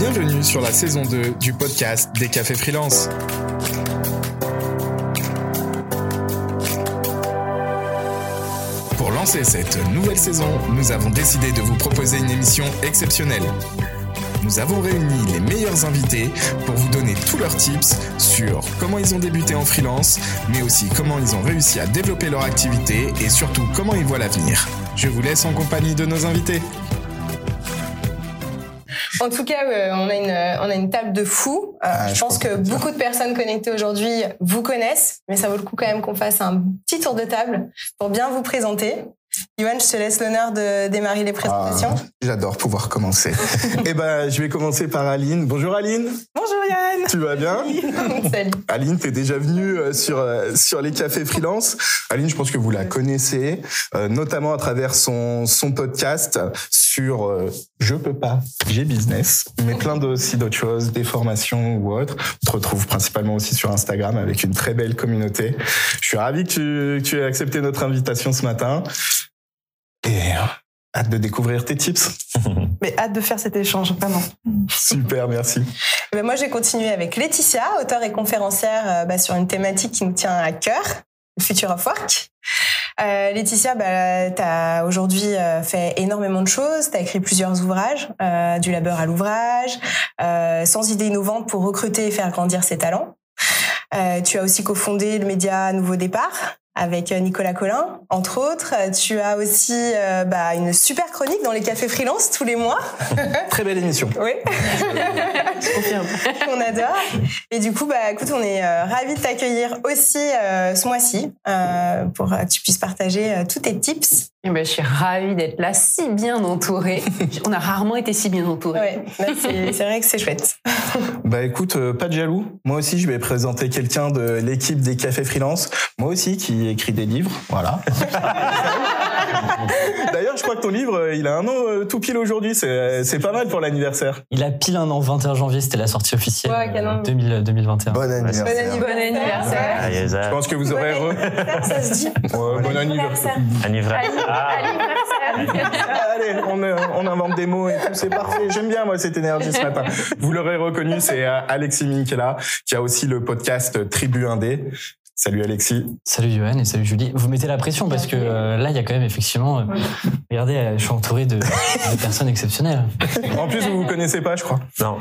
Bienvenue sur la saison 2 du podcast des Cafés Freelance. Pour lancer cette nouvelle saison, nous avons décidé de vous proposer une émission exceptionnelle. Nous avons réuni les meilleurs invités pour vous donner tous leurs tips sur comment ils ont débuté en freelance, mais aussi comment ils ont réussi à développer leur activité et surtout comment ils voient l'avenir. Je vous laisse en compagnie de nos invités. En tout cas, on a une table de fous. Je pense que beaucoup de personnes connectées aujourd'hui vous connaissent, mais ça vaut le coup quand même qu'on fasse un petit tour de table pour bien vous présenter. Yoann, je te laisse l'honneur de démarrer les présentations. J'adore pouvoir commencer. Je vais commencer par Aline. Bonjour Aline. Bonjour Yoann. Tu vas bien? Salut. Aline, t'es déjà venue sur les Cafés Freelance. Aline, je pense que vous la connaissez, notamment à travers son podcast sur Je peux pas, j'ai business, mais plein aussi d'autres choses, des formations ou autres. On te retrouve principalement aussi sur Instagram avec une très belle communauté. Je suis ravi que tu aies accepté notre invitation ce matin. Et hâte de découvrir tes tips. Mais hâte de faire cet échange, vraiment. Super, merci. Moi, j'ai continué avec Laetitia, auteure et conférencière sur une thématique qui nous tient à cœur, le Future of Work. Laetitia, t'as aujourd'hui fait énormément de choses. T'as écrit plusieurs ouvrages, du labeur à l'ouvrage, 100 idées innovantes pour recruter et faire grandir ses talents. Tu as aussi cofondé le média Nouveau Départ avec Nicolas Collin, entre autres. Tu as aussi une super chronique dans les Cafés Freelance tous les mois. Très belle émission. Oui. Je confirme. On adore. Et du coup, écoute, on est ravis de t'accueillir aussi ce mois-ci pour que tu puisses partager tous tes tips. Je suis ravie d'être là, si bien entourée. On a rarement été si bien entourée. Ouais, c'est vrai que c'est chouette. Écoute, pas de jaloux. Moi aussi, je vais présenter quelqu'un de l'équipe des Cafés Freelance. Moi aussi, qui écrit des livres. Voilà. D'ailleurs, je crois que ton livre, il a un an tout pile aujourd'hui. C'est pas mal pour l'anniversaire. Il a pile un an, 21 janvier, c'était la sortie officielle 2021. Bon anniversaire. Je pense que vous aurez ça se dit. Bon anniversaire. Allez, on invente des mots et tout, c'est parfait. J'aime bien, moi, cette énergie ce matin. Vous l'aurez reconnu, c'est Alexis Ming qui est là, qui a aussi le podcast Tribu Indé. Salut Alexis. Salut Yoann et salut Julie. Vous mettez la pression parce que là, il y a quand même effectivement... regardez, je suis entouré de personnes exceptionnelles. En plus, vous connaissez pas, je crois. Non.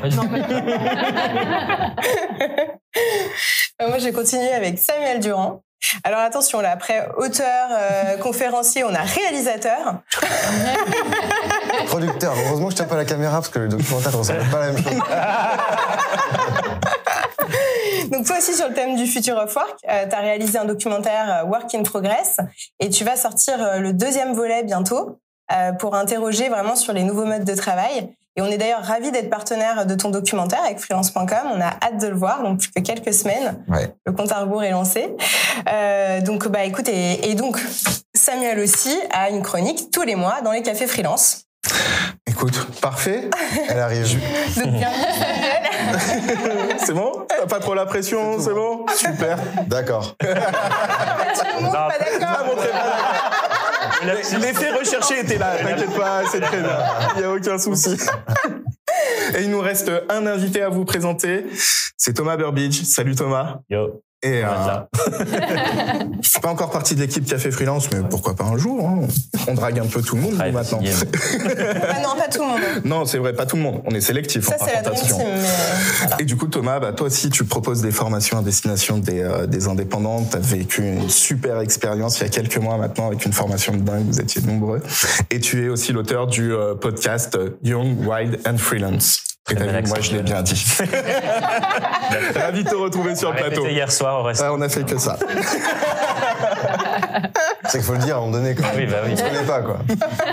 Moi, j'ai continué avec Samuel Durand. Alors attention, là, après auteur, conférencier, on a réalisateur. Producteur. Heureusement que je tiens pas la caméra parce que le documentaire ne ressemble pas à la même chose. Donc toi aussi sur le thème du Future of Work, tu as réalisé un documentaire Work in Progress et tu vas sortir le deuxième volet bientôt pour interroger vraiment sur les nouveaux modes de travail. Et on est d'ailleurs ravis d'être partenaire de ton documentaire avec freelance.com. On a hâte de le voir, donc plus que quelques semaines. Ouais. Le compte à rebours est lancé. Écoute, et donc Samuel aussi a une chronique tous les mois dans les Cafés Freelance. Écoute, parfait. Elle arrive. Donc bienvenue Samuel. C'est bon? T'as pas trop la pression? C'est bon? Super. D'accord. Tu ne montres pas d'accord. Les faits recherchés étaient là, t'inquiète pas, c'est très bien. Il n'y a aucun souci. Et il nous reste un invité à vous présenter. C'est Thomas Burbidge. Salut Thomas. Yo. Et je fais pas encore partie de l'équipe Café Freelance, mais pourquoi pas un jour, hein. On drague un peu tout le monde maintenant. Non, pas tout le monde. Non, c'est vrai, pas tout le monde. On est sélectif. Ça, c'est la Dream Team. Et du coup, Thomas, toi aussi, tu proposes des formations à destination des indépendants. Tu as vécu une super expérience il y a quelques mois maintenant avec une formation de dingue. Vous étiez nombreux. Et tu es aussi l'auteur du podcast Young, Wild and Freelance. Et t'as vu, moi, je l'ai bien dit. Ravi de te retrouver sur le plateau. Hier soir, au restaurant. On a fait que ça. C'est qu'il faut le dire à un moment donné, quoi. Oui, On se connaît pas, quoi.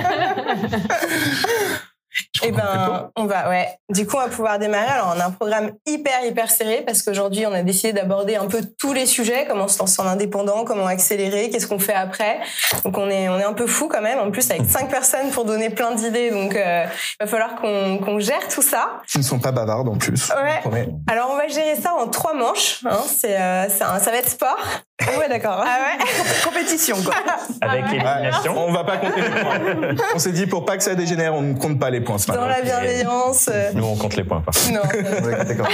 On va, ouais. Du coup, on va pouvoir démarrer. Alors, on a un programme hyper serré parce qu'aujourd'hui, on a décidé d'aborder un peu tous les sujets. Comment se lancer en indépendant, comment accélérer, qu'est-ce qu'on fait après. Donc, on est un peu fou quand même. En plus, avec 5 personnes pour donner plein d'idées. Donc, il va falloir qu'on gère tout ça. Qui ne sont pas bavardes en plus. Ouais. Alors, on va gérer ça en 3 manches. Hein. Ça va être sport. Ouais, d'accord. Ah ouais. Compétition, quoi. Avec élimination. On va pas compter les points. On s'est dit, pour pas que ça dégénère, on ne compte pas les points ce Dans la bienveillance. Nous, on compte les points. Pas. Non. D'accord.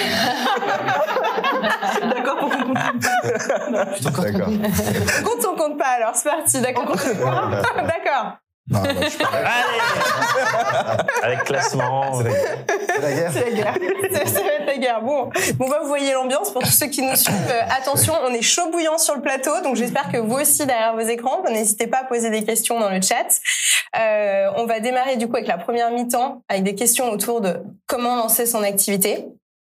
D'accord pour qu'on compte. D'accord. On compte pas alors, c'est parti. D'accord. D'accord. Non, ouais, je suis pas d'accord. Avec classement. C'est la guerre. C'est la guerre. Ça va être la guerre. Bon, bah, vous voyez l'ambiance. Pour tous ceux qui nous suivent, attention, on est chaud bouillant sur le plateau. Donc, j'espère que vous aussi, derrière vos écrans, n'hésitez pas à poser des questions dans le chat. On va démarrer du coup avec la première mi-temps, avec des questions autour de comment lancer son activité.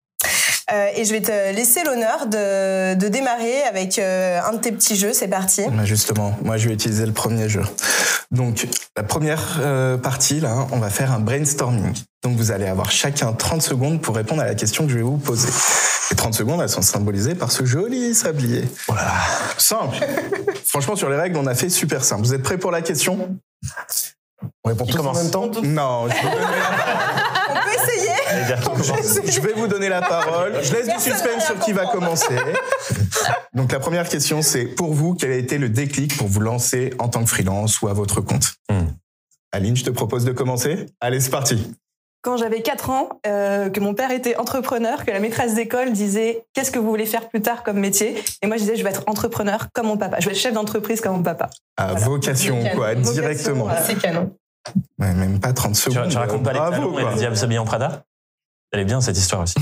Et je vais te laisser l'honneur de démarrer avec un de tes petits jeux. C'est parti. Bah justement, moi je vais utiliser le premier jeu. Donc la première partie, là, on va faire un brainstorming. Donc vous allez avoir chacun 30 secondes pour répondre à la question que je vais vous poser. Les 30 secondes, elles sont symbolisées par ce joli sablier. Voilà. Simple. Franchement, sur les règles, on a fait super simple. Vous êtes prêts pour la question ? On répond tous en même temps. Non, je vous donnerai On peut essayer. Je vais vous donner la parole. Je laisse du suspense sur qui va commencer. Donc la première question, c'est pour vous, quel a été le déclic pour vous lancer en tant que freelance ou à votre compte ? Aline, je te propose de commencer. Allez, c'est parti. Quand j'avais 4 ans, que mon père était entrepreneur, que la maîtresse d'école disait « Qu'est-ce que vous voulez faire plus tard comme métier ?» Et moi, je disais « Je vais être entrepreneur comme mon papa. Je vais être chef d'entreprise comme mon papa. » À vocation, quoi, Vocation, directement. C'est canon. Ouais, même pas 30 secondes. Tu racontes pas les Bravo, talons et quoi. le diable s'habille en Prada ? Elle est bien cette histoire aussi.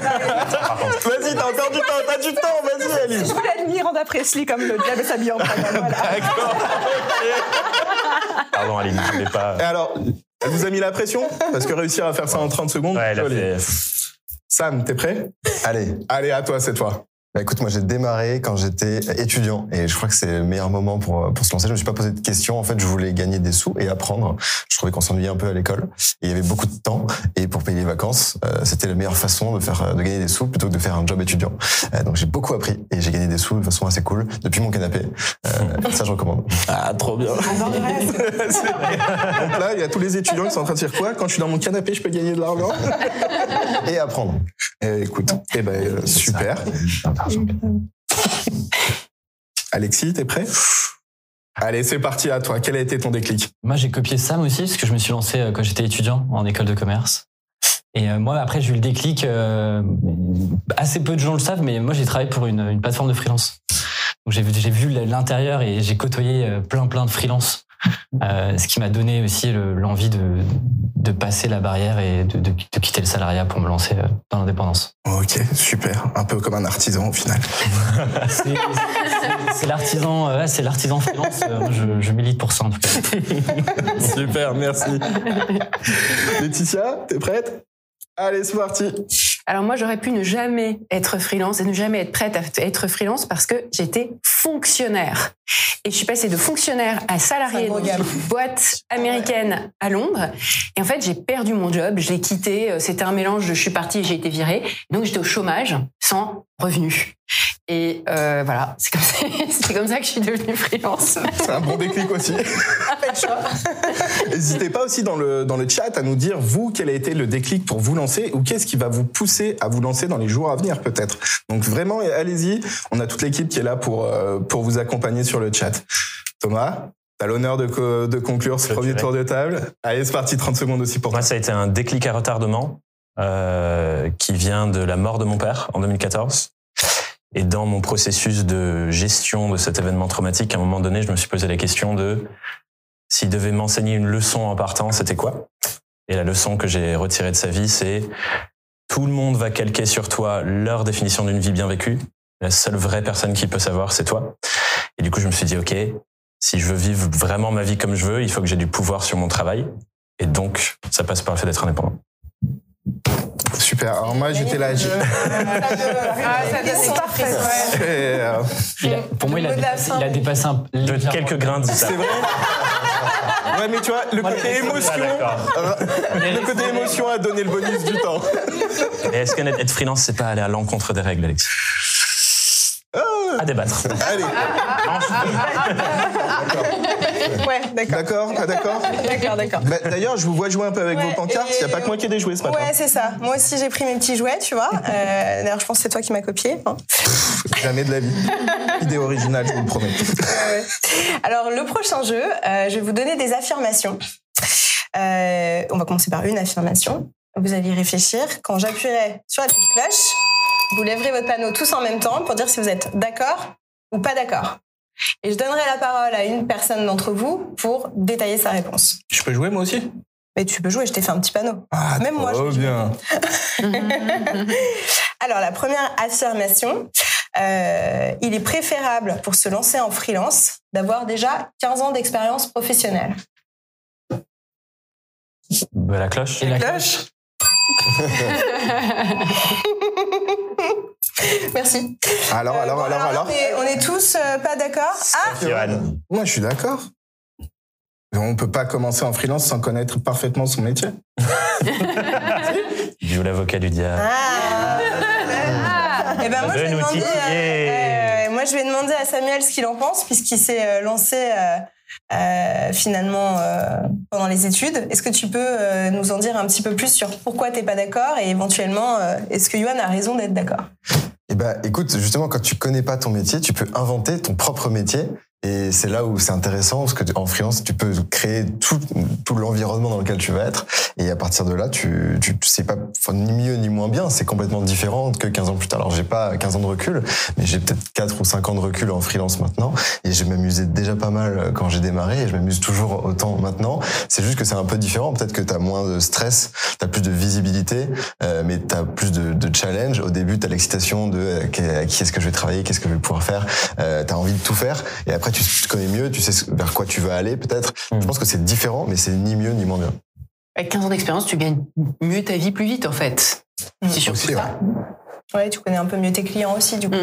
Vas-y, t'as encore du temps, vas-y, Aline. Je voulais être Miranda Presley comme le diable s'habille en Prada. Voilà. D'accord. Pardon Aline, je voulais pas... Et alors, elle vous a mis la pression ? Parce que réussir à faire ça en 30 secondes, Ouais, elle a joli. fait... Sam, t'es prêt ? Allez. Allez, à toi cette fois. Bah écoute, moi j'ai démarré quand j'étais étudiant et je crois que c'est le meilleur moment pour se lancer. Je me suis pas posé de questions. En fait, je voulais gagner des sous et apprendre. Je trouvais qu'on s'ennuyait un peu à l'école et il y avait beaucoup de temps. Et pour payer les vacances, c'était la meilleure façon de gagner des sous plutôt que de faire un job étudiant. Donc j'ai beaucoup appris et j'ai gagné des sous de façon assez cool depuis mon canapé. Ça, je recommande. Ah, trop bien. Donc là, il y a tous les étudiants qui sont en train de dire quoi ? Quand je suis dans mon canapé, je peux gagner de l'argent ? Et apprendre. Écoute, super. Alexis, t'es prêt ? Allez, c'est parti à toi. Quel a été ton déclic ? Moi, j'ai copié Sam aussi, parce que je me suis lancé quand j'étais étudiant en école de commerce. Et moi, après, j'ai eu le déclic. Assez peu de gens le savent, mais moi, j'ai travaillé pour une plateforme de freelance. Donc, j'ai vu l'intérieur et j'ai côtoyé plein de freelance. Ce qui m'a donné aussi l'envie de passer la barrière et de quitter le salariat pour me lancer dans l'indépendance. Ok, super. Un peu comme un artisan au final. C'est l'artisan, c'est l'artisan freelance. Moi, je milite pour ça en tout cas. Super, merci. Laetitia, t'es prête ? Allez, c'est parti. Alors moi, j'aurais pu ne jamais être freelance et ne jamais être prête à être freelance parce que j'étais fonctionnaire. Et je suis passée de fonctionnaire à salarié dans une boîte américaine à Londres. Et en fait, j'ai perdu mon job, je l'ai quitté. C'était un mélange de je suis partie et j'ai été virée. Donc j'étais au chômage sans revenu. Et voilà, c'est comme ça que je suis devenue freelance. C'est un bon déclic aussi. N'hésitez pas aussi dans le chat à nous dire, vous, quel a été le déclic pour vous lancer ou qu'est-ce qui va vous pousser à vous lancer dans les jours à venir peut-être. Donc vraiment, allez-y. On a toute l'équipe qui est là pour vous accompagner sur le chat. Thomas, t'as l'honneur de conclure ce premier tour de table. Allez, c'est parti, 30 secondes aussi pour toi. Moi, ça a été un déclic à retardement qui vient de la mort de mon père en 2014. Et dans mon processus de gestion de cet événement traumatique, à un moment donné, je me suis posé la question de s'il devait m'enseigner une leçon en partant, c'était quoi ? Et la leçon que j'ai retirée de sa vie, c'est tout le monde va calquer sur toi leur définition d'une vie bien vécue. La seule vraie personne qui peut savoir, c'est toi. Et du coup, je me suis dit, OK, si je veux vivre vraiment ma vie comme je veux, il faut que j'ai du pouvoir sur mon travail. Et donc, ça passe par le fait d'être indépendant. Super. Alors moi, j'étais là. C'est parfait. Pour moi, il a dépassé quelques grains de C'est vrai. Ouais, mais tu vois, le côté émotion a donné le bonus du temps. Et est-ce qu'être freelance, c'est pas aller à l'encontre des règles, Alexis ? À débattre. Allez. Ouais, d'accord. D'accord. Bah, d'ailleurs, je vous vois jouer un peu avec vos pancartes. Il n'y a pas que moi qui ai des jouets ce matin. Ouais, c'est ça. Moi aussi, j'ai pris mes petits jouets, tu vois. D'ailleurs, je pense que c'est toi qui m'as copié. Hein. Jamais de la vie. Idée originale, je vous le promets. Ouais. Alors, le prochain jeu, je vais vous donner des affirmations. On va commencer par une affirmation. Vous allez y réfléchir. Quand j'appuierai sur la petite cloche, vous lèverez votre panneau tous en même temps pour dire si vous êtes d'accord ou pas d'accord. Et je donnerai la parole à une personne d'entre vous pour détailler sa réponse. Je peux jouer moi aussi? Mais tu peux jouer, je t'ai fait un petit panneau. Ah, même moi, je peux bien. Alors, la première affirmation, il est préférable pour se lancer en freelance d'avoir déjà 15 ans d'expérience professionnelle. La cloche. Et la cloche. Merci. Alors. On est tous pas d'accord. Johan. Moi, je suis d'accord. On peut pas commencer en freelance sans connaître parfaitement son métier. Joue l'avocat du diable. Et ben moi, je vais demander à Samuel ce qu'il en pense, puisqu'il s'est lancé finalement pendant les études. Est-ce que tu peux nous en dire un petit peu plus sur pourquoi t'es pas d'accord et éventuellement est-ce que Johan a raison d'être d'accord? Eh ben, écoute, justement, quand tu connais pas ton métier, tu peux inventer ton propre métier. Et c'est là où c'est intéressant, parce que en freelance, tu peux créer tout l'environnement dans lequel tu vas être. Et à partir de là, tu sais pas, ni mieux ni moins bien. C'est complètement différent que 15 ans plus tard. Alors, j'ai pas 15 ans de recul, mais j'ai peut-être 4 ou 5 ans de recul en freelance maintenant. Et je m'amusais déjà pas mal quand j'ai démarré, et je m'amuse toujours autant maintenant. C'est juste que c'est un peu différent. Peut-être que t'as moins de stress, t'as plus de visibilité, mais t'as plus de challenge. Au début, t'as l'excitation de qui est-ce que je vais travailler, qu'est-ce que je vais pouvoir faire. T'as envie de tout faire. Et après, tu te connais mieux, tu sais vers quoi tu vas aller peut-être. Je pense que c'est différent, mais c'est ni mieux ni moins bien. Avec 15 ans d'expérience, tu gagnes mieux ta vie plus vite en fait. C'est surtout Aussi, ça. Ouais, tu connais un peu mieux tes clients aussi du coup.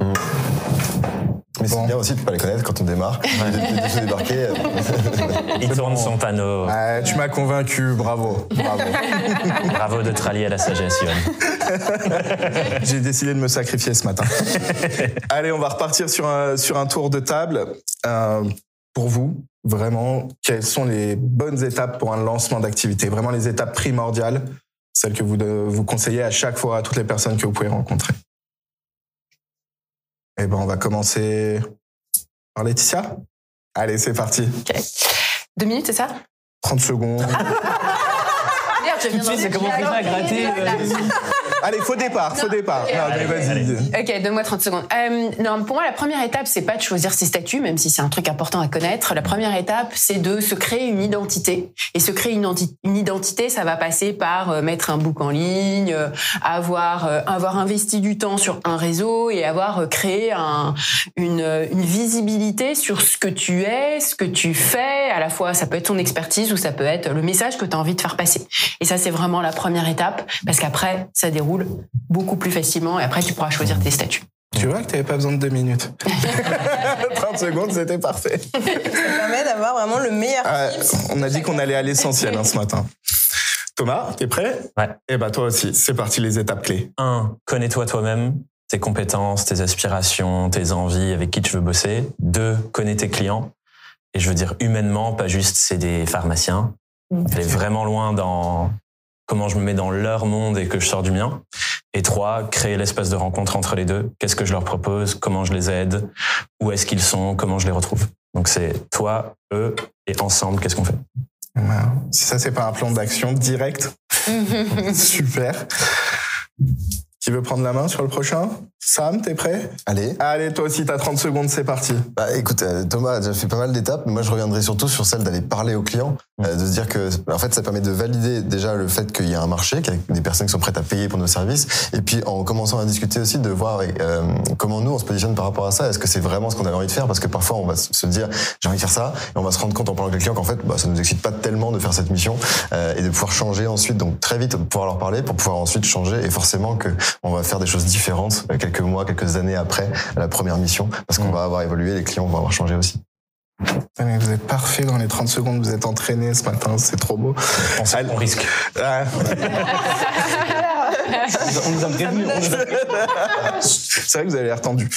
Mais c'est bien aussi de pas les connaître quand on démarre, de se débarquer. Il tourne son panneau. Tu m'as convaincu, bravo. Bravo de te rallier à la sagesse, Johan. J'ai décidé de me sacrifier ce matin. Allez, on va repartir sur un tour de table. Pour vous, vraiment, quelles sont les bonnes étapes pour un lancement d'activité? Vraiment les étapes primordiales, celles que vous conseillez à chaque fois à toutes les personnes que vous pouvez rencontrer. Eh ben, on va commencer par Laetitia. Allez, c'est parti. Ok. 2 minutes, c'est ça? 30 secondes. Merde, je viens Tout de suite, ça commence déjà à gratter. Allez, faux départ. Non, mais vas-y. Ok, donne-moi 30 secondes. Non, pour moi, la première étape, c'est pas de choisir ses statuts, même si c'est un truc important à connaître. La première étape, c'est de se créer une identité. Et se créer une identité, ça va passer par mettre un book en ligne, avoir investi du temps sur un réseau et avoir créé une visibilité sur ce que tu es, ce que tu fais. À la fois, ça peut être ton expertise ou ça peut être le message que tu as envie de faire passer. Et ça, c'est vraiment la première étape, parce qu'après, ça déroule beaucoup plus facilement et après tu pourras choisir tes statuts. Tu vois que t'avais pas besoin de 2 minutes. 30 secondes, c'était parfait. Ça permet d'avoir vraiment le meilleur tips. On a dit qu'on allait à l'essentiel ce matin. Thomas, t'es prêt? Ouais. Eh ben toi aussi, c'est parti les étapes clés. 1. Connais-toi toi-même, tes compétences, tes aspirations, tes envies, avec qui tu veux bosser. 2. Connais tes clients. Et je veux dire humainement, pas juste c'est des pharmaciens. Elle est vraiment loin dans comment je me mets dans leur monde et que je sors du mien. Et 3, créer l'espace de rencontre entre les deux. Qu'est-ce que je leur propose? Comment je les aide? Où est-ce qu'ils sont? Comment je les retrouve? Donc c'est toi, eux, et ensemble, qu'est-ce qu'on fait? Voilà. Si ça, c'est pas un plan d'action direct. Super. Qui veut prendre la main sur le prochain? Sam, t'es prêt? Allez, toi aussi, t'as 30 secondes, c'est parti. Bah, écoute, Thomas a déjà fait pas mal d'étapes, mais moi je reviendrai surtout sur celle d'aller parler aux clients, de se dire que, en fait, ça permet de valider déjà le fait qu'il y a un marché, qu'il y a des personnes qui sont prêtes à payer pour nos services, et puis en commençant à discuter aussi de voir comment nous on se positionne par rapport à ça. Est-ce que c'est vraiment ce qu'on avait envie de faire? Parce que parfois on va se dire j'ai envie de faire ça, et on va se rendre compte en parlant avec les clients qu'en fait, ça nous excite pas tellement de faire cette mission, et de pouvoir changer ensuite, donc très vite pouvoir leur parler pour pouvoir ensuite changer, et forcément que on va faire des choses différentes quelques mois, quelques années après la première mission, parce qu'on va avoir évolué, les clients vont avoir changé aussi. Mais vous êtes parfait dans les 30 secondes, vous êtes entraîné ce matin, c'est trop beau. On risque. On nous a prévenus. C'est vrai que vous avez l'air tendu.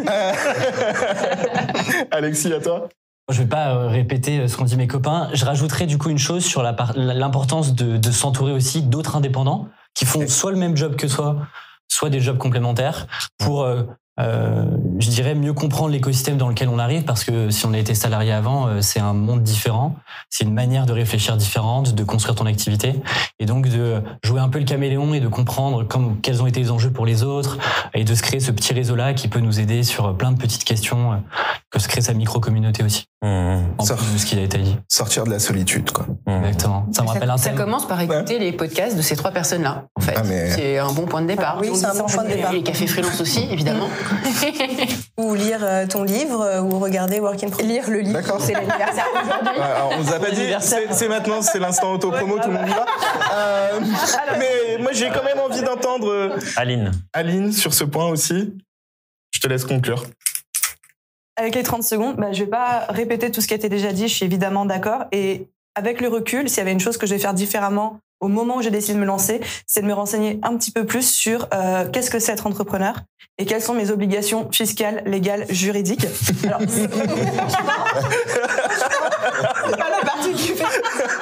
Alexis, à toi? Je vais pas répéter ce qu'ont dit mes copains. Je rajouterai du coup une chose sur l'importance de s'entourer aussi d'autres indépendants qui font soit le même job que toi, soit des jobs complémentaires pour je dirais mieux comprendre l'écosystème dans lequel on arrive, parce que si on a été salarié avant, c'est un monde différent, c'est une manière de réfléchir différente, de construire ton activité, et donc de jouer un peu le caméléon et de comprendre quels ont été les enjeux pour les autres, et de se créer ce petit réseau-là qui peut nous aider sur plein de petites questions, que se crée sa micro-communauté aussi. En plus de ce qui a été dit. Sortir de la solitude, quoi. Exactement. Ça me rappelle un Ça thème. commence par écouter les podcasts de ces 3 personnes-là, en fait. Mais... C'est un bon point de départ. Oui, c'est un bon point de départ. Les cafés freelance aussi, évidemment. Ou lire ton livre, ou regarder Work in Progress. Lire le livre, D'accord. c'est l'anniversaire aujourd'hui. Ouais, alors, on vous a pas dit, c'est maintenant, c'est l'instant auto-promo, tout le monde y va. Mais moi, j'ai quand même envie d'entendre Aline sur ce point aussi. Je te laisse conclure. Avec les 30 secondes, je vais pas répéter tout ce qui a été déjà dit, je suis évidemment d'accord. Et avec le recul, s'il y avait une chose que je vais faire différemment au moment où j'ai décidé de me lancer, c'est de me renseigner un petit peu plus sur qu'est-ce que c'est être entrepreneur et quelles sont mes obligations fiscales, légales, juridiques. Alors, c'est pas la partie qui fait.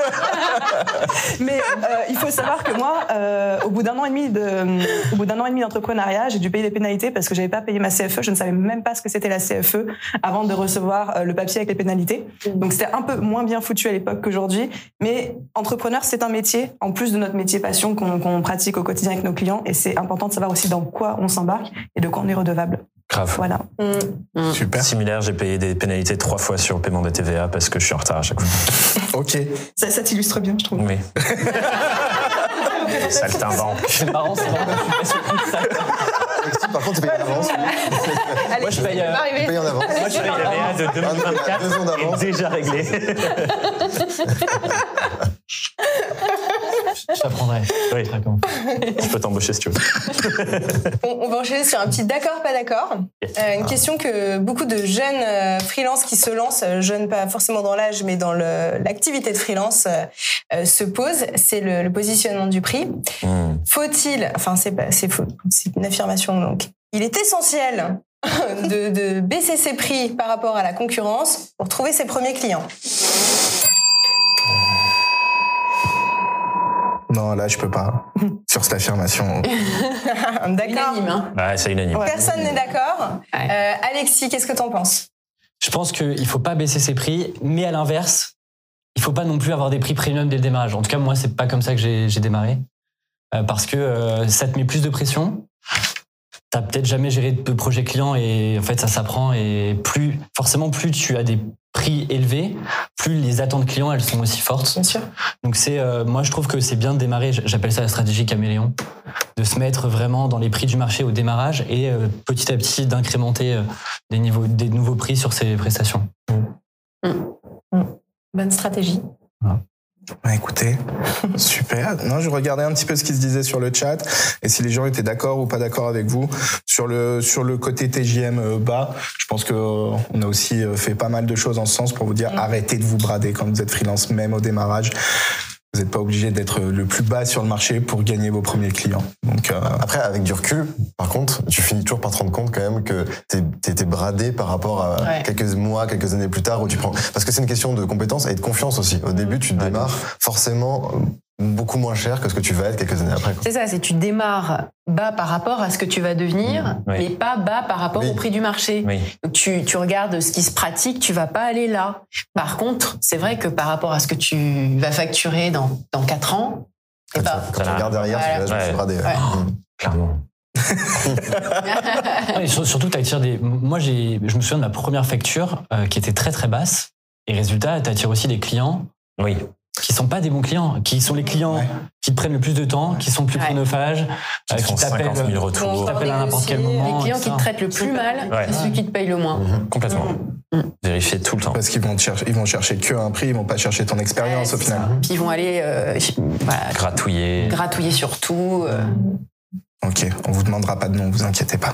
Mais il faut savoir que moi, au bout d'un an et demi d'entrepreneuriat, j'ai dû payer des pénalités parce que j'avais pas payé ma CFE. Je ne savais même pas ce que c'était la CFE avant de recevoir le papier avec les pénalités. Donc c'était un peu moins bien foutu à l'époque qu'aujourd'hui. Mais entrepreneur, c'est un métier en plus de notre métier passion qu'on pratique au quotidien avec nos clients. Et c'est important de savoir aussi dans quoi on s'embarque et de quoi on est redevable. Grave. Voilà. Super. Similaire, j'ai payé des pénalités 3 fois sur le paiement des TVA parce que je suis en retard à chaque fois. Ok. Ça t'illustre bien, je trouve. Oui. Saltimbanque. C'est marrant, c'est marrant. Par contre, tu payes en avance. Allez, Moi, je paye, Tu payes en avance. Moi, je paye la VA de 2024 2 ans d'avance. est déjà réglée. Je t'apprendrai. Oui. Je peux t'embaucher si tu veux. On va enchaîner sur un petit d'accord, pas d'accord. Une question que beaucoup de jeunes freelance qui se lancent, jeunes pas forcément dans l'âge, mais dans l'activité de freelance, se posent, c'est le positionnement du prix. Faut-il, enfin c'est faux, c'est une affirmation donc, il est essentiel de baisser ses prix par rapport à la concurrence pour trouver ses premiers clients. Non, là, je peux pas. Sur cette affirmation. D'accord. Unanime, hein. Ouais, c'est unanime. Personne n'est d'accord. Ouais. Alexis, qu'est-ce que t'en penses? Je pense qu'il faut pas baisser ses prix, mais à l'inverse, il faut pas non plus avoir des prix premium dès le démarrage. En tout cas, moi, c'est pas comme ça que j'ai démarré. Parce que ça te met plus de pression. T'as peut-être jamais géré de projet client et en fait, ça s'apprend. Et plus tu as des prix élevés, plus les attentes clients, elles sont aussi fortes. Bien sûr. Donc moi, je trouve que c'est bien de démarrer. J'appelle ça la stratégie caméléon, de se mettre vraiment dans les prix du marché au démarrage et petit à petit d'incrémenter des nouveaux prix sur ces prestations. Bonne stratégie. Voilà. Bah, écoutez, super. Non, je regardais un petit peu ce qui se disait sur le chat et si les gens étaient d'accord ou pas d'accord avec vous sur le côté TJM bas. Je pense que on a aussi fait pas mal de choses en ce sens pour vous dire arrêtez de vous brader quand vous êtes freelance, même au démarrage. Vous n'êtes pas obligé d'être le plus bas sur le marché pour gagner vos premiers clients. Donc Après, avec du recul, par contre, tu finis toujours par te rendre compte quand même que t'étais bradé par rapport à quelques mois, quelques années plus tard où tu prends. Parce que c'est une question de compétence et de confiance aussi. Au début, tu démarres forcément beaucoup moins cher que ce que tu vas être quelques années après. C'est ça, c'est tu démarres bas par rapport à ce que tu vas devenir, mais pas bas par rapport au prix du marché. Oui. Donc tu regardes ce qui se pratique, tu vas pas aller là. Par contre, c'est vrai que par rapport à ce que tu vas facturer dans 4 ans, Quand tu regardes derrière, tu dis là, je me suis bradé. Ouais. Clairement. Et surtout, t'attires des. Moi, je me souviens de ma première facture qui était très très basse. Et résultat, t'attires aussi des clients. Oui. Qui sont pas des bons clients, qui sont les clients qui te prennent le plus de temps, qui sont le plus chronophages, Qui t'appellent 50 000 retours. Qui t'appellent à n'importe quel moment. Les clients qui te traitent le plus mal, c'est ceux qui te payent le moins. Complètement. Vérifier tout le temps. parce qu'ils vont chercher que un prix, ils vont pas chercher ton expérience au final. Puis ils vont aller Gratouiller sur tout. Ok, on vous demandera pas de nom, vous inquiétez pas.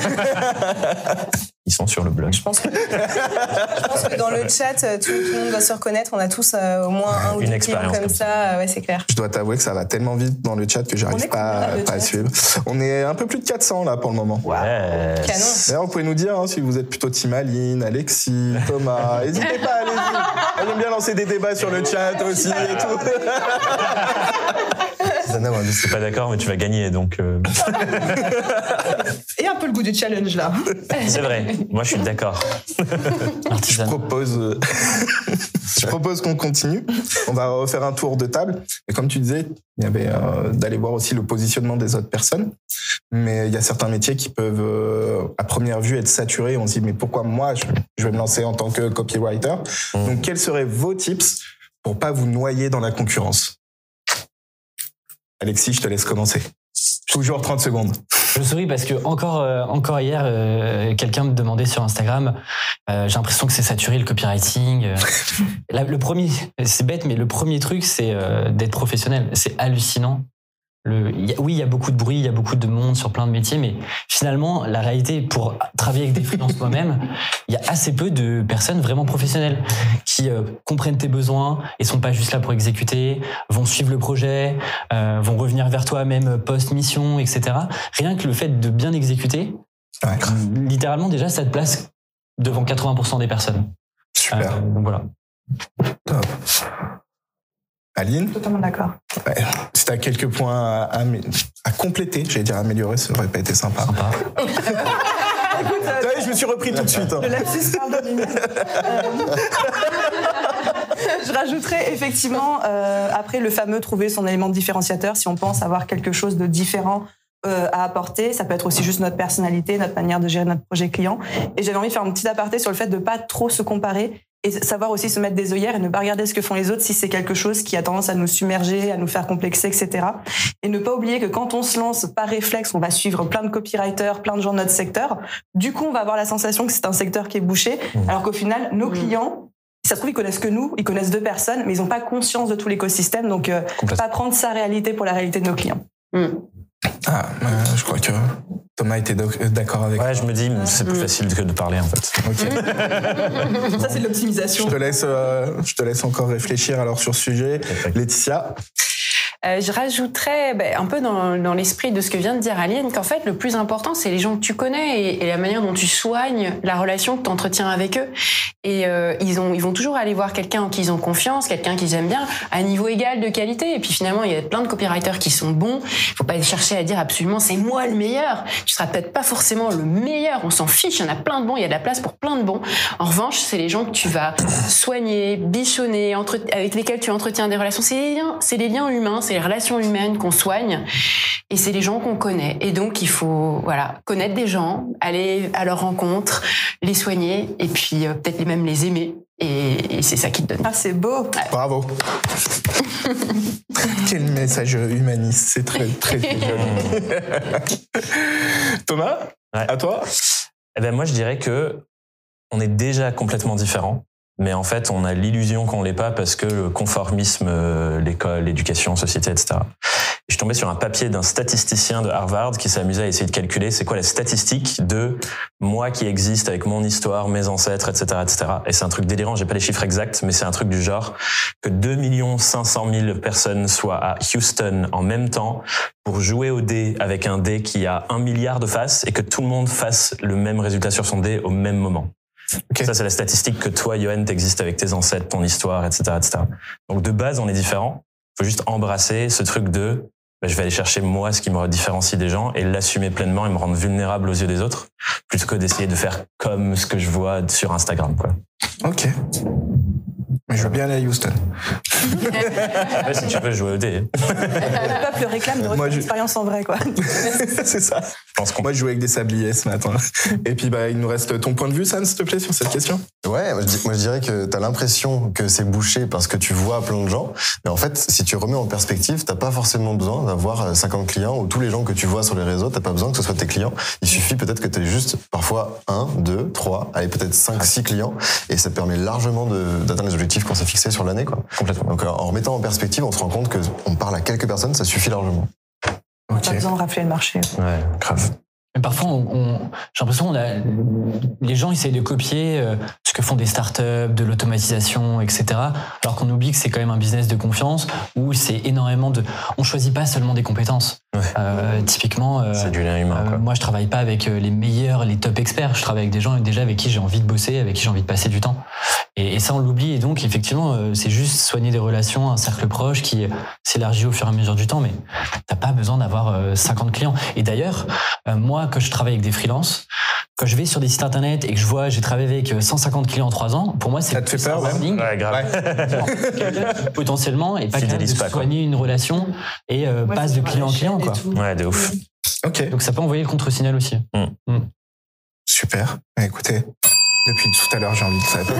Ils sont sur le blog. Je pense que dans le chat, tout le monde va se reconnaître. On a tous au moins un ou deux clients comme ça. Ouais, c'est clair. Je dois t'avouer que ça va tellement vite dans le chat que j'arrive pas à suivre. On est un peu plus de 400 là pour le moment. Ouais. Canon. D'ailleurs, vous pouvez nous dire si vous êtes plutôt Team Aline, Alexis, Thomas. N'hésitez pas, allez-y. On aime bien lancer des débats sur le chat aussi et tout. Ça Tana, ouais, Je suis pas d'accord, mais tu vas gagner, donc. Et un peu le goût du challenge, là. C'est vrai. Moi, je suis d'accord. Je propose qu'on continue. On va refaire un tour de table. Et comme tu disais, il y avait d'aller voir aussi le positionnement des autres personnes. Mais il y a certains métiers qui peuvent, à première vue, être saturés. On se dit, mais pourquoi moi, je vais me lancer en tant que copywriter? Donc, quels seraient vos tips pour pas vous noyer dans la concurrence? Alexis, je te laisse commencer. Toujours 30 secondes. Je souris parce que encore hier, quelqu'un me demandait sur Instagram, j'ai l'impression que c'est saturé le copywriting. Le premier, c'est bête, mais le premier truc, c'est d'être professionnel. C'est hallucinant. Oui, il y a beaucoup de bruit, il y a beaucoup de monde sur plein de métiers, mais finalement, la réalité, pour travailler avec des freelances moi-même, il y a assez peu de personnes vraiment professionnelles qui comprennent tes besoins et sont pas juste là pour exécuter, vont suivre le projet, vont revenir vers toi même post-mission, etc. Rien que le fait de bien exécuter, littéralement déjà, ça te place devant 80% des personnes. Super. Donc voilà. Top. Aline? Totalement d'accord. Ouais. Si tu as quelques points à compléter, j'allais dire améliorer, ça aurait pas été sympa. Écoute, Je me suis repris tout de suite. Le lapsus parle de lui-même. Je rajouterais effectivement, après le fameux trouver son élément différenciateur, si on pense avoir quelque chose de différent à apporter, ça peut être aussi juste notre personnalité, notre manière de gérer notre projet client. Et j'avais envie de faire un petit aparté sur le fait de pas trop se comparer et savoir aussi se mettre des œillères et ne pas regarder ce que font les autres si c'est quelque chose qui a tendance à nous submerger, à nous faire complexer, etc. Et ne pas oublier que quand on se lance par réflexe, on va suivre plein de copywriters, plein de gens de notre secteur. Du coup, on va avoir la sensation que c'est un secteur qui est bouché, alors qu'au final, nos clients, ça se trouve, ils connaissent que nous, ils connaissent 2 personnes, mais ils n'ont pas conscience de tout l'écosystème, donc pas prendre sa réalité pour la réalité de nos clients. Je crois que Thomas était d'accord avec Ouais, je me dis, c'est plus facile que de parler, en fait. Ok. Ça, c'est de l'optimisation. Je te laisse encore réfléchir alors sur ce sujet. Laetitia? Je rajouterais un peu dans l'esprit de ce que vient de dire Aline qu'en fait le plus important c'est les gens que tu connais et la manière dont tu soignes la relation que tu entretiens avec eux et ils vont toujours aller voir quelqu'un en qui ils ont confiance, quelqu'un qu'ils aiment bien à niveau égal de qualité et puis finalement il y a plein de copywriters qui sont bons, faut pas chercher à dire absolument c'est moi le meilleur, tu seras peut-être pas forcément le meilleur, on s'en fiche, il y en a plein de bons, il y a de la place pour plein de bons. En revanche c'est les gens que tu vas soigner, bichonner, avec lesquels tu entretiens des relations, c'est les liens humains, c'est les relations humaines qu'on soigne et c'est les gens qu'on connaît. Et donc, il faut connaître des gens, aller à leur rencontre, les soigner et puis peut-être même les aimer. Et c'est ça qui te donne. Ah, c'est beau. Ouais. Bravo. Quel message humaniste. C'est très, très joli. Thomas, à toi? Moi, je dirais que on est déjà complètement différents. Mais en fait, on a l'illusion qu'on l'est pas parce que le conformisme, l'école, l'éducation, société, etc. Et je suis tombé sur un papier d'un statisticien de Harvard qui s'est amusé à essayer de calculer c'est quoi la statistique de moi qui existe avec mon histoire, mes ancêtres, etc., etc. Et c'est un truc délirant, j'ai pas les chiffres exacts, mais c'est un truc du genre que 2 500 000 personnes soient à Houston en même temps pour jouer au dé avec un dé qui a 1 milliard de faces et que tout le monde fasse le même résultat sur son dé au même moment. Okay. Ça, c'est la statistique que toi, Yoann, t'existes avec tes ancêtres, ton histoire, etc., etc. Donc, de base, on est différents. Il faut juste embrasser ce truc de je vais aller chercher moi ce qui me différencie des gens et l'assumer pleinement et me rendre vulnérable aux yeux des autres plutôt que d'essayer de faire comme ce que je vois sur Instagram, quoi. Ok. Mais je veux bien aller à Houston. Si tu veux jouer au dé. Le peuple réclame de refaire l'expérience en vrai, quoi. C'est ça. Moi, je jouais avec des sabliers ce matin. Et puis, il nous reste ton point de vue, Sam, s'il te plaît, sur cette question. Ouais, moi, je dirais que t'as l'impression que c'est bouché parce que tu vois plein de gens. Mais en fait, si tu remets en perspective, t'as pas forcément besoin d'avoir 50 clients ou tous les gens que tu vois sur les réseaux, t'as pas besoin que ce soit tes clients. Il suffit peut-être que t'aies juste parfois 1, 2, 3, allez, peut-être 5, 6 clients. Et ça te permet largement d'atteindre les objectifs qu'on s'est fixés sur l'année, quoi. Complètement. Donc, en remettant en perspective, on se rend compte qu'on parle à quelques personnes, ça suffit largement. On a besoin de rafler le marché. Ouais, grave. Mais parfois, j'ai l'impression les gens essayent de copier ce que font des startups, de l'automatisation, etc. Alors qu'on oublie que c'est quand même un business de confiance où c'est énormément on choisit pas seulement des compétences. Typiquement, c'est du lien humain. Quoi. moi je travaille pas avec les meilleurs, les top experts. Je travaille avec des gens déjà avec qui j'ai envie de bosser, avec qui j'ai envie de passer du temps. Et ça on l'oublie. Et donc effectivement, c'est juste soigner des relations, un cercle proche qui s'élargit au fur et à mesure du temps. Mais t'as pas besoin d'avoir 50 clients. Et d'ailleurs, moi quand je travaille avec des freelances, quand je vais sur des sites internet et que je vois j'ai travaillé avec 150 clients en 3 ans, pour moi c'est ça te fait peur, Ouais, grave. Potentiellement et pas capable de soigner une relation et passe de client en client quoi. Ouais, de ouf. Ok. Donc ça peut envoyer le contre-signal aussi. Super. Écoutez, depuis tout à l'heure, j'ai envie de ça.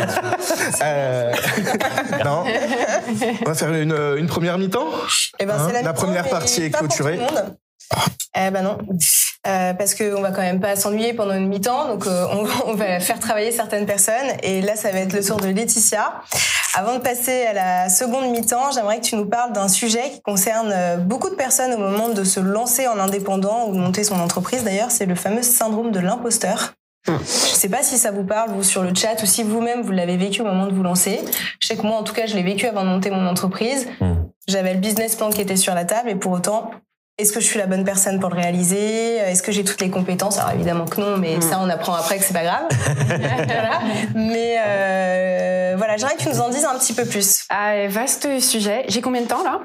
Non. On va faire une première mi-temps. Eh ben, c'est la première partie est clôturée. Non, parce qu'on va quand même pas s'ennuyer pendant une mi-temps, donc on va faire travailler certaines personnes. Et là, ça va être le tour de Laetitia. Avant de passer à la seconde mi-temps, j'aimerais que tu nous parles d'un sujet qui concerne beaucoup de personnes au moment de se lancer en indépendant ou de monter son entreprise. D'ailleurs, c'est le fameux syndrome de l'imposteur. Je sais pas si ça vous parle, vous, sur le chat, ou si vous-même, vous l'avez vécu au moment de vous lancer. Je sais que moi, en tout cas, je l'ai vécu avant de monter mon entreprise. J'avais le business plan qui était sur la table et pour autant, est-ce que je suis la bonne personne pour le réaliser? Est-ce que j'ai toutes les compétences? Alors évidemment que non, mais ça on apprend après que c'est pas grave. Voilà. Mais voilà, j'aimerais que tu nous en dises un petit peu plus. Vaste sujet. J'ai combien de temps là?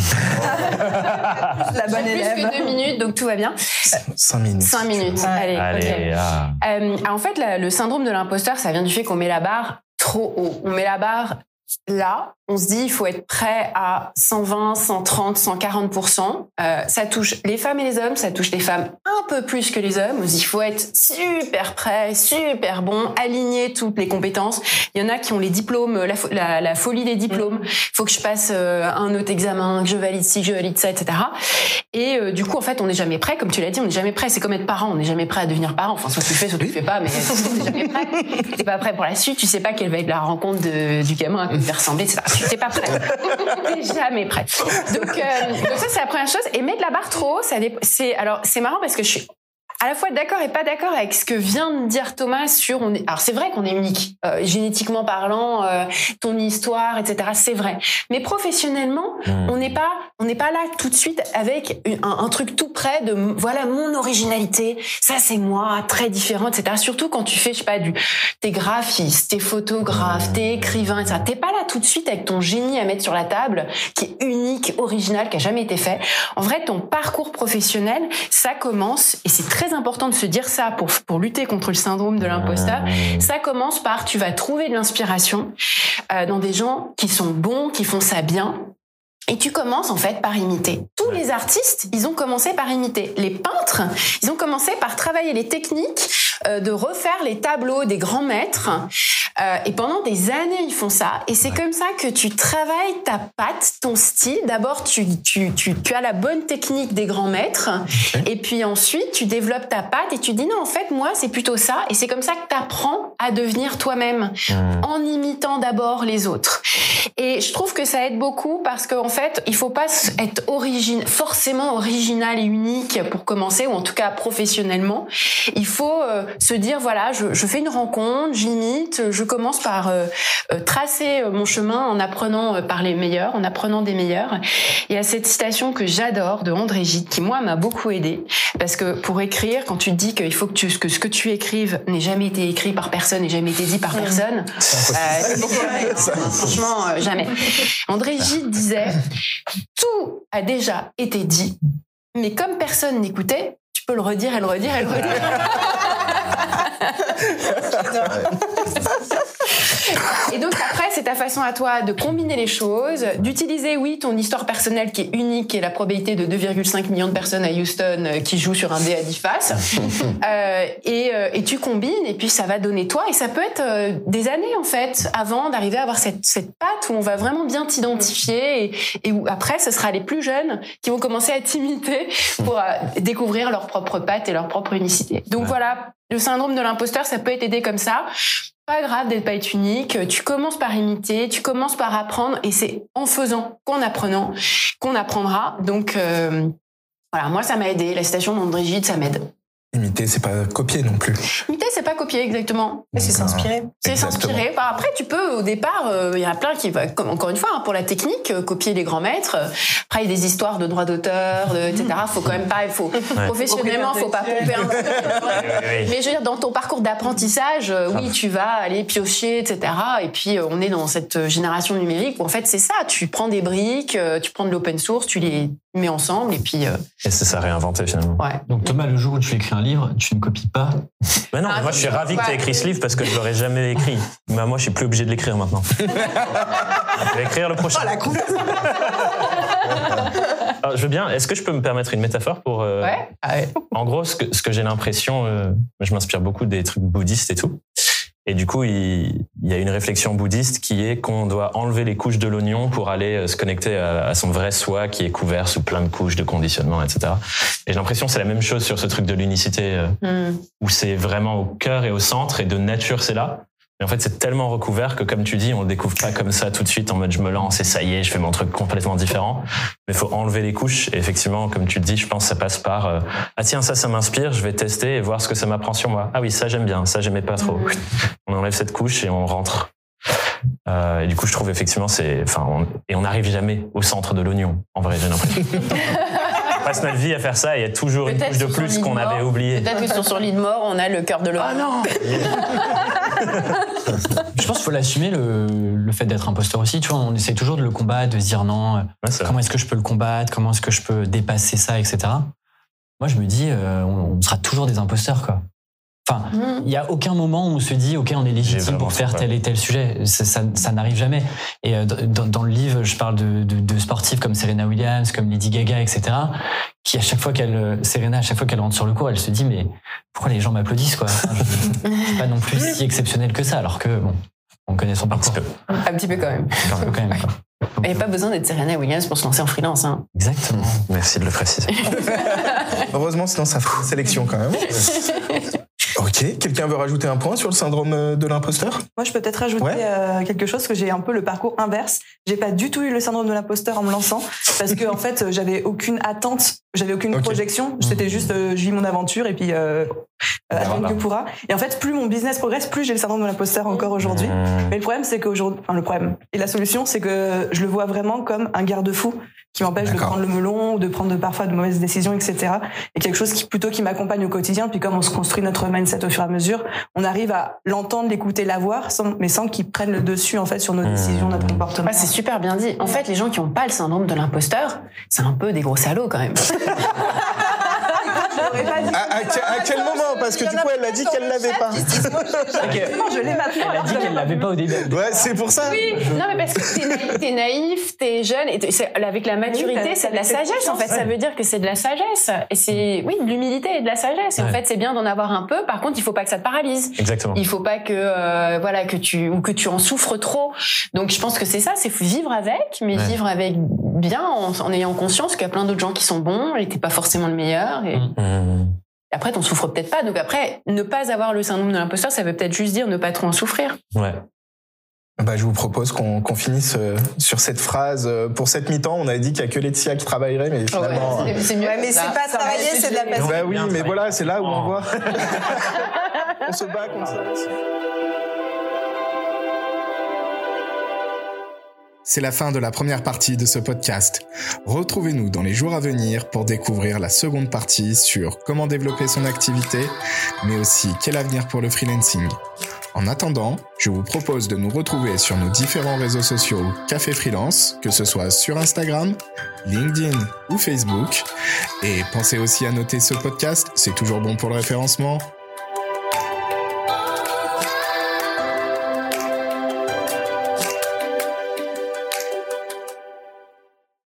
La bonne élève. Plus que 2 minutes, donc tout va bien. 5 minutes. 5 minutes. Allez, okay. En fait, le syndrome de l'imposteur, ça vient du fait qu'on met la barre trop haut. On met la barre là, on se dit il faut être prêt à 120, 130, 140%. Ça touche les femmes et les hommes, ça touche les femmes un peu plus que les hommes. On se dit il faut être super prêt, super bon, aligner toutes les compétences. Il y en a qui ont les diplômes, la folie des diplômes. Il faut que je passe un autre examen, que je valide ci, que je valide ça, etc. Et du coup, en fait, on n'est jamais prêt. Comme tu l'as dit, on n'est jamais prêt. C'est comme être parent. On n'est jamais prêt à devenir parent. Enfin, soit tu le fais, soit tu le fais pas, mais t'es jamais prêt. T'es pas prêt pour la suite. Tu sais pas quelle va être la rencontre du gamin à quoi il va ressembler, etc. T'es pas prêt. T'es jamais prêt. Donc ça, c'est la première chose. Et mettre la barre trop haut, alors, c'est marrant parce que je suis à la fois d'accord et pas d'accord avec ce que vient de dire Thomas sur alors c'est vrai qu'on est unique, génétiquement parlant, ton histoire, etc. C'est vrai. Mais professionnellement, on n'est pas là tout de suite avec un truc tout près de voilà mon originalité. Ça c'est moi, très différent, etc. Surtout quand tu fais, je sais pas, t'es graphiste, t'es photographe, t'es écrivain, etc. T'es pas là tout de suite avec ton génie à mettre sur la table, qui est unique, original, qui a jamais été fait. En vrai, ton parcours professionnel, ça commence, et c'est très important de se dire ça pour lutter contre le syndrome de l'imposteur. Ça commence par, tu vas trouver de l'inspiration dans des gens qui sont bons, qui font ça bien. Et tu commences en fait par imiter. Tous les artistes, ils ont commencé par imiter. Les peintres, ils ont commencé par travailler les techniques de refaire les tableaux des grands maîtres. Et pendant des années, ils font ça. Et c'est comme ça que tu travailles ta patte, ton style. D'abord, tu as la bonne technique des grands maîtres. Et puis ensuite, tu développes ta patte et tu dis non, en fait, moi, c'est plutôt ça. Et c'est comme ça que tu apprends à devenir toi-même en imitant d'abord les autres. Et je trouve que ça aide beaucoup parce qu'en fait, il faut pas être forcément original et unique pour commencer, ou en tout cas professionnellement. Il faut se dire, voilà, je fais une rencontre, j'imite, je commence par tracer mon chemin en apprenant par les meilleurs, en apprenant des meilleurs. Il y a cette citation que j'adore de André Gide qui, moi, m'a beaucoup aidée. Parce que pour écrire, quand tu te dis qu'il faut que ce que tu écrives n'ait jamais été écrit par personne, n'ait jamais été dit par personne, franchement, jamais. André Gide disait « Tout a déjà été dit, mais comme personne n'écoutait, tu peux le redire et le redire et le redire. » Et donc après, c'est ta façon à toi de combiner les choses, d'utiliser, oui, ton histoire personnelle qui est unique et la probabilité de 2,5 millions de personnes à Houston qui jouent sur un dé à 10 faces. Et tu combines et puis ça va donner toi. Et ça peut être des années, en fait, avant d'arriver à avoir cette patte où on va vraiment bien t'identifier et où après, ce sera les plus jeunes qui vont commencer à t'imiter pour découvrir leur propre patte et leur propre unicité. Donc voilà, le syndrome de l'imposteur, ça peut être aidé comme ça. Pas grave d'être pas être unique. Tu commences par imiter, tu commences par apprendre, et c'est en faisant qu'en apprenant qu'on apprendra. Donc voilà, moi ça m'a aidé. La citation d'André Gide, ça m'aide. Imiter, c'est pas copier non plus. Imiter, c'est pas copier exactement. Mais c'est s'inspirer. C'est Exactement. s'inspirer. Enfin, après, tu peux, au départ, il y en a plein qui va, comme encore une fois, pour la technique, copier les grands maîtres. Après, il y a des histoires de droits d'auteur, etc. Faut quand même pas, professionnellement, faut pas pomper un peu. Mais je veux dire, dans ton parcours d'apprentissage, oui, tu vas aller piocher, etc. Et puis, on est dans cette génération numérique où, en fait, c'est ça. Tu prends des briques, tu prends de l'open source, tu les mets ensemble, et puis... Et c'est ça, réinventer, finalement. Ouais. Donc Thomas, le jour où tu écris un livre, tu ne copies pas. Mais non, moi je suis ravi que tu aies écrit ce livre parce que je l'aurais jamais écrit. Mais moi je suis plus obligé de l'écrire maintenant. Je vais écrire le prochain. Oh la coupe. Alors, je veux bien. Est-ce que je peux me permettre une métaphore pour Ouais. En gros, ce que j'ai l'impression, je m'inspire beaucoup des trucs bouddhistes et tout. Et du coup, il y a une réflexion bouddhiste qui est qu'on doit enlever les couches de l'oignon pour aller se connecter à son vrai soi qui est couvert sous plein de couches de conditionnement, etc. Et j'ai l'impression que c'est la même chose sur ce truc de l'unicité, où c'est vraiment au cœur et au centre, et de nature c'est là. Mais en fait, c'est tellement recouvert que, comme tu dis, on le découvre pas comme ça tout de suite en mode je me lance et ça y est, je fais mon truc complètement différent. Mais il faut enlever les couches. Et effectivement, comme tu le dis, je pense que ça passe par ah tiens, ça m'inspire, je vais tester et voir ce que ça m'apprend sur moi. Ah oui, ça j'aime bien, ça j'aimais pas trop. On enlève cette couche et on rentre. Et du coup, je trouve effectivement, on n'arrive jamais au centre de l'oignon. En vrai, j'ai l'impression. On passe notre vie à faire ça et il y a toujours une couche de plus qu'on avait oubliée. Peut-être que sur son lit de mort, on a le cœur de l'or. Ah non. Je pense qu'il faut l'assumer, le fait d'être imposteur aussi. Tu vois, on essaie toujours de le combattre, de se dire non, comment est-ce que je peux le combattre, comment est-ce que je peux dépasser ça, etc. Moi, je me dis, on sera toujours des imposteurs, quoi. Enfin, il n'y a aucun moment où on se dit, OK, on est légitime pour faire tel et tel sujet. Ça n'arrive jamais. Et dans le livre, je parle de sportifs comme Serena Williams, comme Lady Gaga, etc., qui, Serena, à chaque fois qu'elle rentre sur le court, elle se dit, mais pourquoi les gens m'applaudissent, quoi? Enfin, je suis pas non plus si exceptionnel que ça, alors que, bon, on connaît son parcours. Un petit peu quand même. Quand même, quoi. Il n'y a pas besoin d'être Serena Williams pour se lancer en freelance. Hein. Exactement. Merci de le préciser. Heureusement, sinon ça ferait une sélection quand même. Ok, quelqu'un veut rajouter un point sur le syndrome de l'imposteur? Moi, je peux peut-être rajouter quelque chose, que j'ai un peu le parcours inverse. J'ai pas du tout eu le syndrome de l'imposteur en me lançant, parce que en fait, j'avais aucune attente, j'avais aucune projection. C'était juste, je vis mon aventure et puis advienne que pourra. Et en fait, plus mon business progresse, plus j'ai le syndrome de l'imposteur encore aujourd'hui. Mais le problème, c'est qu'aujourd'hui, le problème et la solution, c'est que je le vois vraiment comme un garde-fou qui m'empêche de prendre le melon ou de prendre parfois de mauvaises décisions, etc. Et quelque chose qui m'accompagne au quotidien. Puis comme on se construit notre mindset au fur et à mesure, on arrive à l'entendre, l'écouter, la voir, mais sans qu'il prenne le dessus en fait sur nos décisions, notre comportement. Ah, c'est super bien dit. En fait, les gens qui n'ont pas le syndrome de l'imposteur, c'est un peu des gros salauds quand même. À quel moment? Parce que du coup, elle a dit qu'elle l'avait pas. Je l'ai maintenant. Elle a dit qu'elle l'avait pas au début. Ouais, c'est pour ça. Oui, non mais parce que t'es naïf, t'es jeune, et avec la maturité, c'est de la sagesse en fait. Ça veut dire que c'est de la sagesse. Et c'est, de l'humilité et de la sagesse. Et en fait, c'est bien d'en avoir un peu. Par contre, il faut pas que ça te paralyse. Exactement. Il faut pas que tu en souffres trop. Donc, je pense que c'est ça, c'est vivre avec, mais vivre avec bien en ayant conscience qu'il y a plein d'autres gens qui sont bons et t'es pas forcément le meilleur. Et après, t'en souffres peut-être pas. Donc après, ne pas avoir le syndrome de l'imposteur, ça veut peut-être juste dire ne pas trop en souffrir. Ouais. Je vous propose qu'on finisse sur cette phrase. Pour cette mi-temps, on a dit qu'il n'y a que Laetitia qui travaillerait, mais finalement... C'est mieux. Ouais, mais c'est pas travailler, c'est de la passion. Bah oui, mais voilà, c'est là où on voit. On se bat comme ça. C'est la fin de la première partie de ce podcast. Retrouvez-nous dans les jours à venir pour découvrir la seconde partie sur comment développer son activité, mais aussi quel avenir pour le freelancing. En attendant, je vous propose de nous retrouver sur nos différents réseaux sociaux Café Freelance, que ce soit sur Instagram, LinkedIn ou Facebook. Et pensez aussi à noter ce podcast, c'est toujours bon pour le référencement.